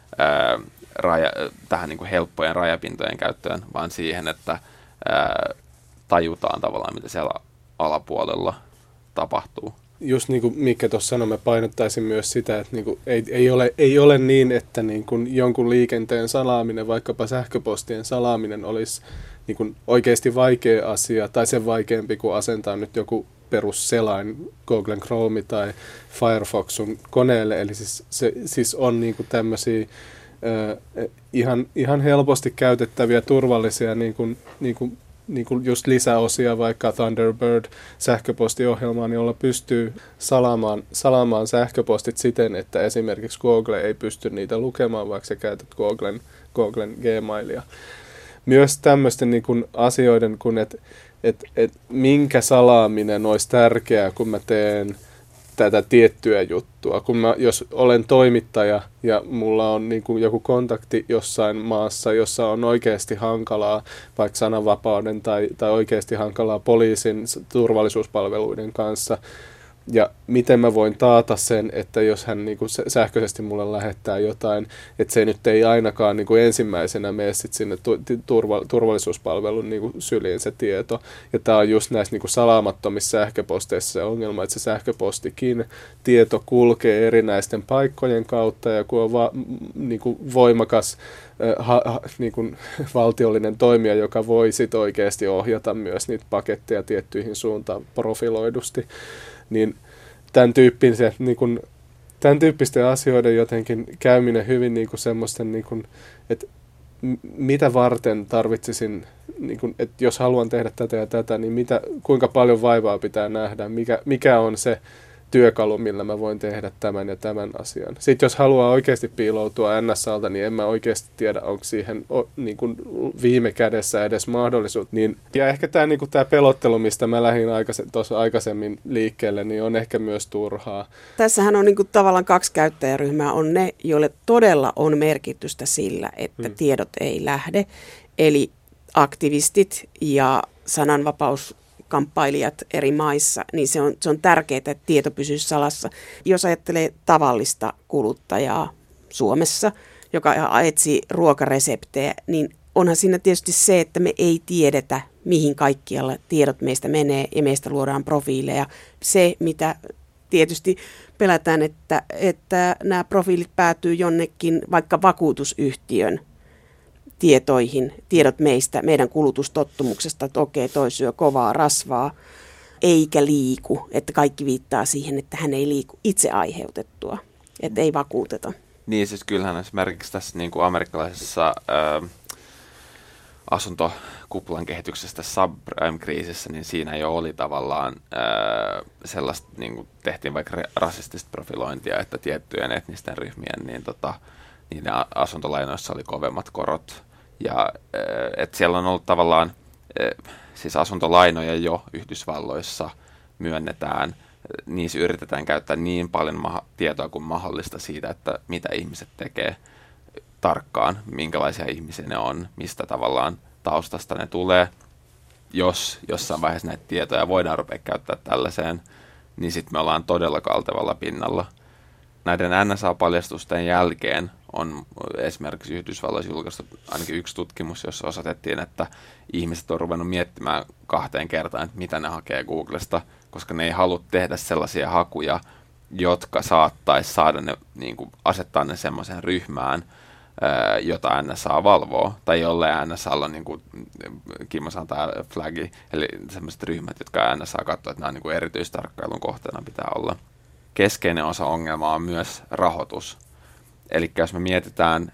tähän niin kuin helppojen rajapintojen käyttöön, vaan siihen, että tajutaan tavallaan, mitä siellä alapuolella tapahtuu. Just niin kuin Mikke tuossa sanoi, mä painottaisin myös sitä, että niin kuin ei ole niin, että niin kuin jonkun liikenteen salaaminen, vaikkapa sähköpostien salaaminen olisi niin kuin oikeasti vaikea asia, tai sen vaikeampi kuin asentaa nyt joku perusselain, Googlen Chrome tai Firefox sun koneelle. Eli siis on niin kuin tämmöisiä ihan helposti käytettäviä turvallisia niin kuin just lisäosia, vaikka Thunderbird-sähköpostiohjelmaan, jolla pystyy salaamaan sähköpostit siten, että esimerkiksi Google ei pysty niitä lukemaan, vaikka sä käytät Googlen Gmailia. Myös tämmöisten niin kuin asioiden, kun että minkä salaaminen olisi tärkeää, kun mä teen tätä tiettyä juttua. Jos olen toimittaja ja mulla on niin kuin joku kontakti jossain maassa, jossa on oikeasti hankalaa vaikka sananvapauden tai oikeasti hankalaa poliisin turvallisuuspalveluiden kanssa, ja miten mä voin taata sen, että jos hän niin kuin sähköisesti mulle lähettää jotain, että se nyt ei ainakaan niin kuin ensimmäisenä mene sit sinne turvallisuuspalvelun niin kuin syliin se tieto. Ja tämä on just näissä niin kuin salaamattomissa sähköposteissa se ongelma, että se sähköpostikin tieto kulkee erinäisten paikkojen kautta, ja kun on niin kuin voimakas niin kuin valtiollinen toimija, joka voi sit oikeasti ohjata myös niitä paketteja tiettyihin suuntaan profiloidusti, niin tämän tyyppisten asioiden jotenkin käyminen hyvin niin kuin semmoisten, niin kuin, että mitä varten tarvitsisin, niin kuin, että jos haluan tehdä tätä ja tätä, niin kuinka paljon vaivaa pitää nähdä, mikä on se työkalu, millä mä voin tehdä tämän ja tämän asian. Sitten jos haluaa oikeasti piiloutua NSAlta, niin en mä oikeasti tiedä, onko siihen niin kuin viime kädessä edes mahdollisuus. Ja ehkä tämä niin kuin pelottelu, mistä mä lähdin tuossa aikaisemmin liikkeelle, niin on ehkä myös turhaa. Tässähän on niin kuin tavallaan kaksi käyttäjäryhmää. On ne, joille todella on merkitystä sillä, että tiedot ei lähde. Eli aktivistit ja sananvapauskampailijat eri maissa, niin se on tärkeää, että tieto pysyy salassa. Jos ajattelee tavallista kuluttajaa Suomessa, joka etsii ruokareseptejä, niin onhan siinä tietysti se, että me ei tiedetä, mihin kaikkialle tiedot meistä menee ja meistä luodaan profiileja. Se, mitä tietysti pelätään, että nämä profiilit päätyy jonnekin vaikka vakuutusyhtiön tietoihin, tiedot meistä, meidän kulutustottumuksesta, että okei, toi syö kovaa rasvaa, eikä liiku, että kaikki viittaa siihen, että hän ei liiku itse aiheutettua, että ei vakuuteta. Niin, siis kyllähän esimerkiksi tässä niin kuin amerikkalaisessa asuntokuplan kehityksessä subprime-kriisissä, niin siinä jo oli tavallaan sellaista, niin kuin tehtiin vaikka rasistista profilointia, että tiettyjen etnisten ryhmien niin asuntolainoissa oli kovemmat korot. Ja että siellä on ollut tavallaan, siis asuntolainoja jo Yhdysvalloissa myönnetään, niissä yritetään käyttää niin paljon tietoa kuin mahdollista siitä, että mitä ihmiset tekee tarkkaan, minkälaisia ihmisiä ne on, mistä tavallaan taustasta ne tulee. Jos jossain vaiheessa näitä tietoja voidaan rupea käyttää tällaiseen, niin sitten me ollaan todella kaltevalla pinnalla. Näiden NSA-paljastusten jälkeen on esimerkiksi Yhdysvalloissa julkaistu ainakin yksi tutkimus, jossa osoitettiin, että ihmiset on ruvennut miettimään 2 kertaan, että mitä ne hakee Googlesta, koska ne ei halua tehdä sellaisia hakuja, jotka saattaisi saada ne, niin kuin asettaa ne semmoiseen ryhmään, jota NSA valvoo, tai jolle NSA on, niin kuin Kimmo sanoo, tämä flagi, eli sellaiset ryhmät, jotka NSA katsoo, että nämä niin kuin erityistarkkailun kohteena pitää olla. Keskeinen osa ongelmaa on myös rahoitus. Eli jos me mietitään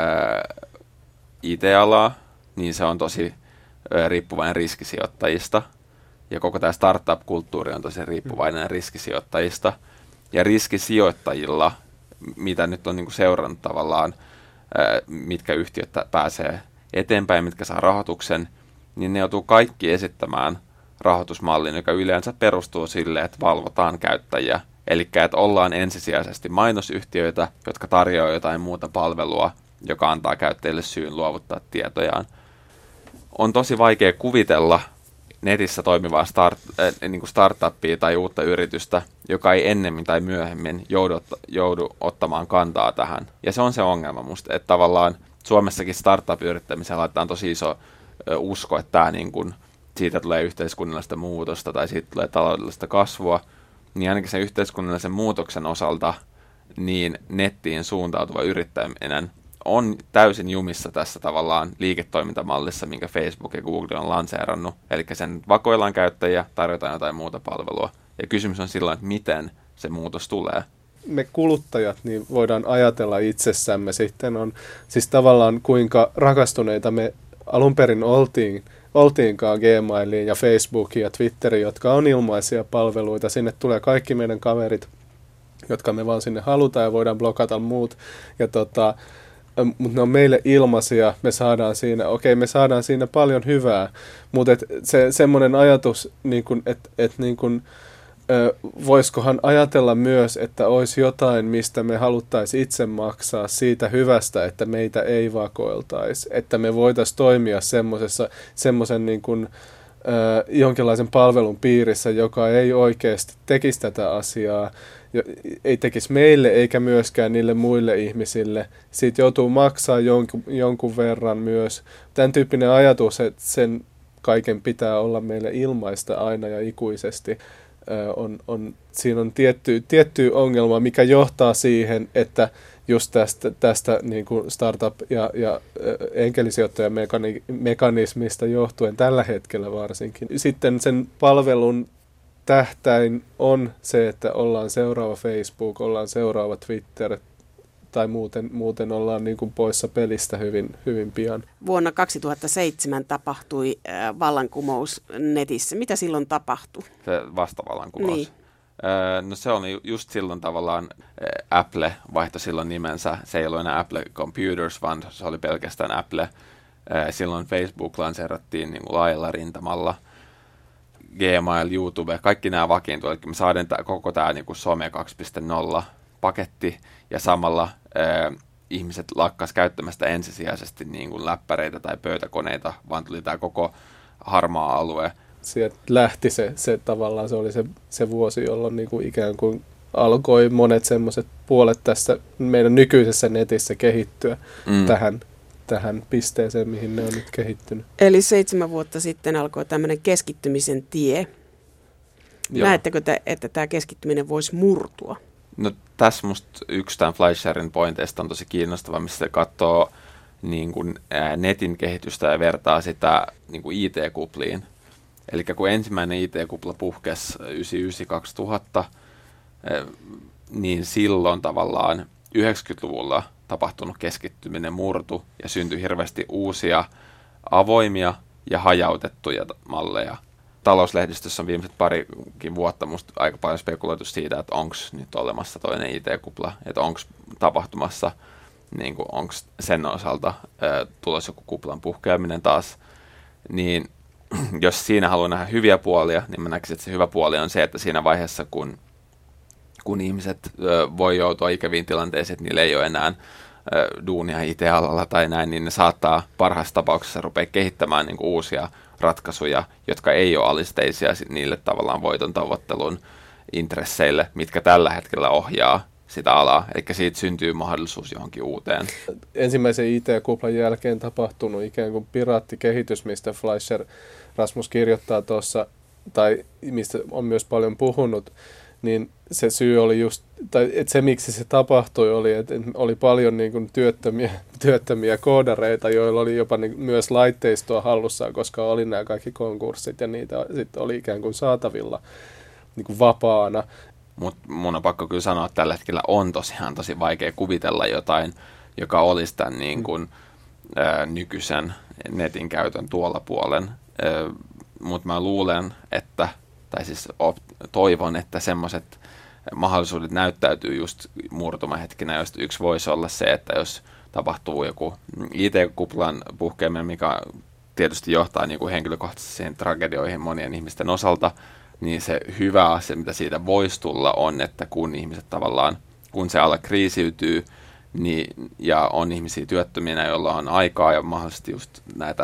IT-alaa, niin se on tosi riippuvainen riskisijoittajista, ja koko tämä startup-kulttuuri on tosi riippuvainen riskisijoittajista, ja riskisijoittajilla, mitä nyt on niin kuin seurannut tavallaan, mitkä yhtiöt pääsee eteenpäin, mitkä saa rahoituksen, niin ne joutuu kaikki esittämään rahoitusmallin, joka yleensä perustuu sille, että valvotaan käyttäjiä. Eli että ollaan ensisijaisesti mainosyhtiöitä, jotka tarjoaa jotain muuta palvelua, joka antaa käyttäjille syyn luovuttaa tietojaan. On tosi vaikea kuvitella netissä toimivaa startuppia tai uutta yritystä, joka ei ennemmin tai myöhemmin joudu ottamaan kantaa tähän. Ja se on se ongelma musta, että tavallaan Suomessakin startup-yrittämiseen laitetaan tosi iso usko, että tämä niin kuin, siitä tulee yhteiskunnallista muutosta tai siitä tulee taloudellista kasvua, niin ainakin sen yhteiskunnallisen muutoksen osalta niin nettiin suuntautuva yrittäminen on täysin jumissa tässä tavallaan liiketoimintamallissa, minkä Facebook ja Google on lanseerannut. Eli sen vakoillaan käyttäjiä, tarjotaan jotain muuta palvelua. Ja kysymys on silloin, että miten se muutos tulee. Me kuluttajat niin voidaan ajatella itsessämme sitten on siis tavallaan kuinka rakastuneita me alun perin oltiinkaan Gmailiin ja Facebookiin ja Twitteriin, jotka on ilmaisia palveluita. Sinne tulee kaikki meidän kaverit, jotka me vaan sinne halutaan ja voidaan blokata muut. Ja mutta ne on meille ilmaisia, me saadaan siinä paljon hyvää, mutta semmoinen ajatus, niin että voisikohan ajatella myös, että olisi jotain, mistä me haluttaisiin itse maksaa siitä hyvästä, että meitä ei vakoiltaisi, että me voitaisiin toimia semmoisen niin kuin jonkinlaisen palvelun piirissä, joka ei oikeasti tekisi tätä asiaa, ei tekisi meille eikä myöskään niille muille ihmisille. Siitä joutuu maksaa jonkun verran myös. Tämän tyyppinen ajatus, että sen kaiken pitää olla meille ilmaista aina ja ikuisesti, siinä on tietty ongelma, mikä johtaa siihen, että just tästä niin kuin startup- ja enkelisijoittajamekanismista johtuen tällä hetkellä varsinkin. Sitten sen palvelun tähtäin on se, että ollaan seuraava Facebook, ollaan seuraava Twitter tai muuten ollaan niin kuin poissa pelistä hyvin, hyvin pian. Vuonna 2007 tapahtui vallankumous netissä. Mitä silloin tapahtui? Se vastavallankumous. Niin. No se oli just silloin tavallaan, Apple vaihtoi silloin nimensä. Se ei ollut enää Apple Computers, vaan se oli pelkästään Apple. Silloin Facebook lanseerattiin niin kuin laajalla rintamalla. Gmail, YouTube, kaikki nämä vakiintuivat. Me saadaan koko tämä niin kuin some 2.0 paketti ja samalla ihmiset lakkas käyttämästä ensisijaisesti niin kuin läppäreitä tai pöytäkoneita, vaan tuli tämä koko harmaa alue. Sieltä lähti se tavallaan, se oli se vuosi, jolloin niin kuin ikään kuin alkoi monet semmoiset puolet tässä meidän nykyisessä netissä kehittyä tähän pisteeseen, mihin ne on nyt kehittynyt. Eli 7 vuotta sitten alkoi tämmöinen keskittymisen tie. Joo. Näettekö te, että tämä keskittyminen voisi murtua? No tässä musta yksi tämän Fleischerin pointeista on tosi kiinnostava, missä se katsoo niin kuin, netin kehitystä ja vertaa sitä niin kuin IT-kupliin. Eli kun ensimmäinen IT-kupla puhkesi 1999-2000, niin silloin tavallaan 90-luvulla tapahtunut keskittyminen murtu ja syntyi hirveästi uusia avoimia ja hajautettuja malleja. Talouslehdistössä on viimeiset parikin vuotta musta aika paljon spekuloitu siitä, että onko nyt olemassa toinen IT-kupla, että onko tapahtumassa, niin onko sen osalta tulossa joku kuplan puhkeaminen taas, niin jos siinä haluaa nähdä hyviä puolia, niin mä näkisin, että se hyvä puoli on se, että siinä vaiheessa, kun ihmiset voi joutua ikäviin tilanteisiin, että niillä ei ole enää duunia IT-alalla tai näin, niin ne saattaa parhaassa tapauksessa rupea kehittämään niin kuin uusia ratkaisuja, jotka ei ole alisteisia niille tavallaan voiton tavoittelun intresseille, mitkä tällä hetkellä ohjaa sitä alaa. Eli siitä syntyy mahdollisuus johonkin uuteen. Ensimmäisen IT-kuplan jälkeen tapahtunut ikään kuin piraattikehitys, mistä Fleischer Rasmus kirjoittaa tuossa, tai mistä on myös paljon puhunut, niin se syy oli just, tai että se miksi se tapahtui oli, että oli paljon niin kuin työttömiä koodareita, joilla oli jopa niin myös laitteistoa hallussaan, koska oli nämä kaikki konkurssit ja niitä sitten oli ikään kuin saatavilla niin kuin vapaana. Mutta mun on pakko kyllä sanoa, että tällä hetkellä on tosiaan tosi vaikea kuvitella jotain, joka olisi tämän niin kuin, nykyisen netin käytön tuolla puolen. Mutta mä luulen, että, tai siis toivon, että semmoiset mahdollisuudet näyttäytyy just murtumahetkinä, joista yksi voisi olla se, että jos tapahtuu joku IT-kuplan puhkeaminen, mikä tietysti johtaa niin kuin henkilökohtaisiin tragedioihin monien ihmisten osalta, niin se hyvä asia, mitä siitä voisi tulla, on, että kun ihmiset tavallaan, kun se ala kriisiytyy, niin, ja on ihmisiä työttöminä, joilla on aikaa ja mahdollisesti just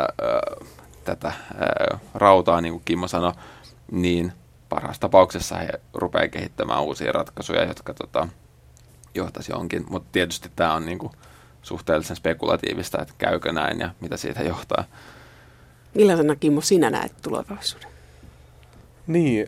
tätä rautaa, niin kuin Kimmo sanoi, niin parhaassa tapauksessa he rupeaa kehittämään uusia ratkaisuja, jotka johtaisi johonkin. Mutta tietysti tämä on niin kuin suhteellisen spekulatiivista, että käykö näin ja mitä siitä johtaa. Millaisena, Kimmo, sinä näet tulevaisuuden? Niin,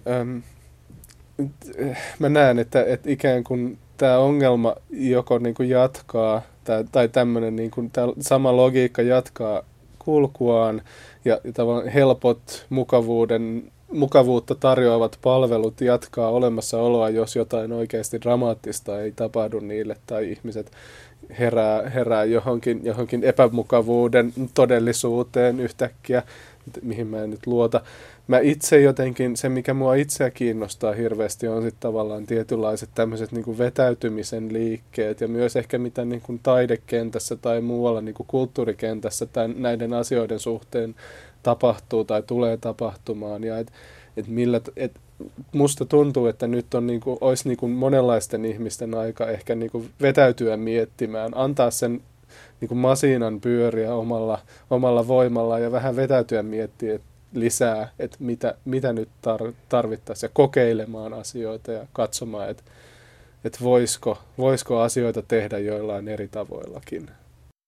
mä näen, että ikään kuin tämä ongelma joko niin kuin jatkaa, tai tämmöinen niin kuin sama logiikka jatkaa kulkuaan, ja tavallaan helpot mukavuutta tarjoavat palvelut jatkaa olemassaoloa, jos jotain oikeasti dramaattista ei tapahdu niille, tai ihmiset herää johonkin epämukavuuden todellisuuteen yhtäkkiä, mihin mä en nyt luota. Mä itse jotenkin, se mikä mua itseä kiinnostaa hirveästi on sitten tavallaan tietynlaiset tämmöiset niinku vetäytymisen liikkeet ja myös ehkä mitä niinku taidekentässä tai muualla niinku kulttuurikentässä näiden asioiden suhteen tapahtuu tai tulee tapahtumaan. Ja musta tuntuu, että nyt on niinku, olisi niinku monenlaisten ihmisten aika ehkä niinku vetäytyä miettimään, antaa sen niinku masiinan pyöriä omalla voimalla ja vähän vetäytyä miettiä lisää, että mitä nyt tarvittaisiin ja kokeilemaan asioita ja katsomaan, että voisiko asioita tehdä joillain eri tavoillakin.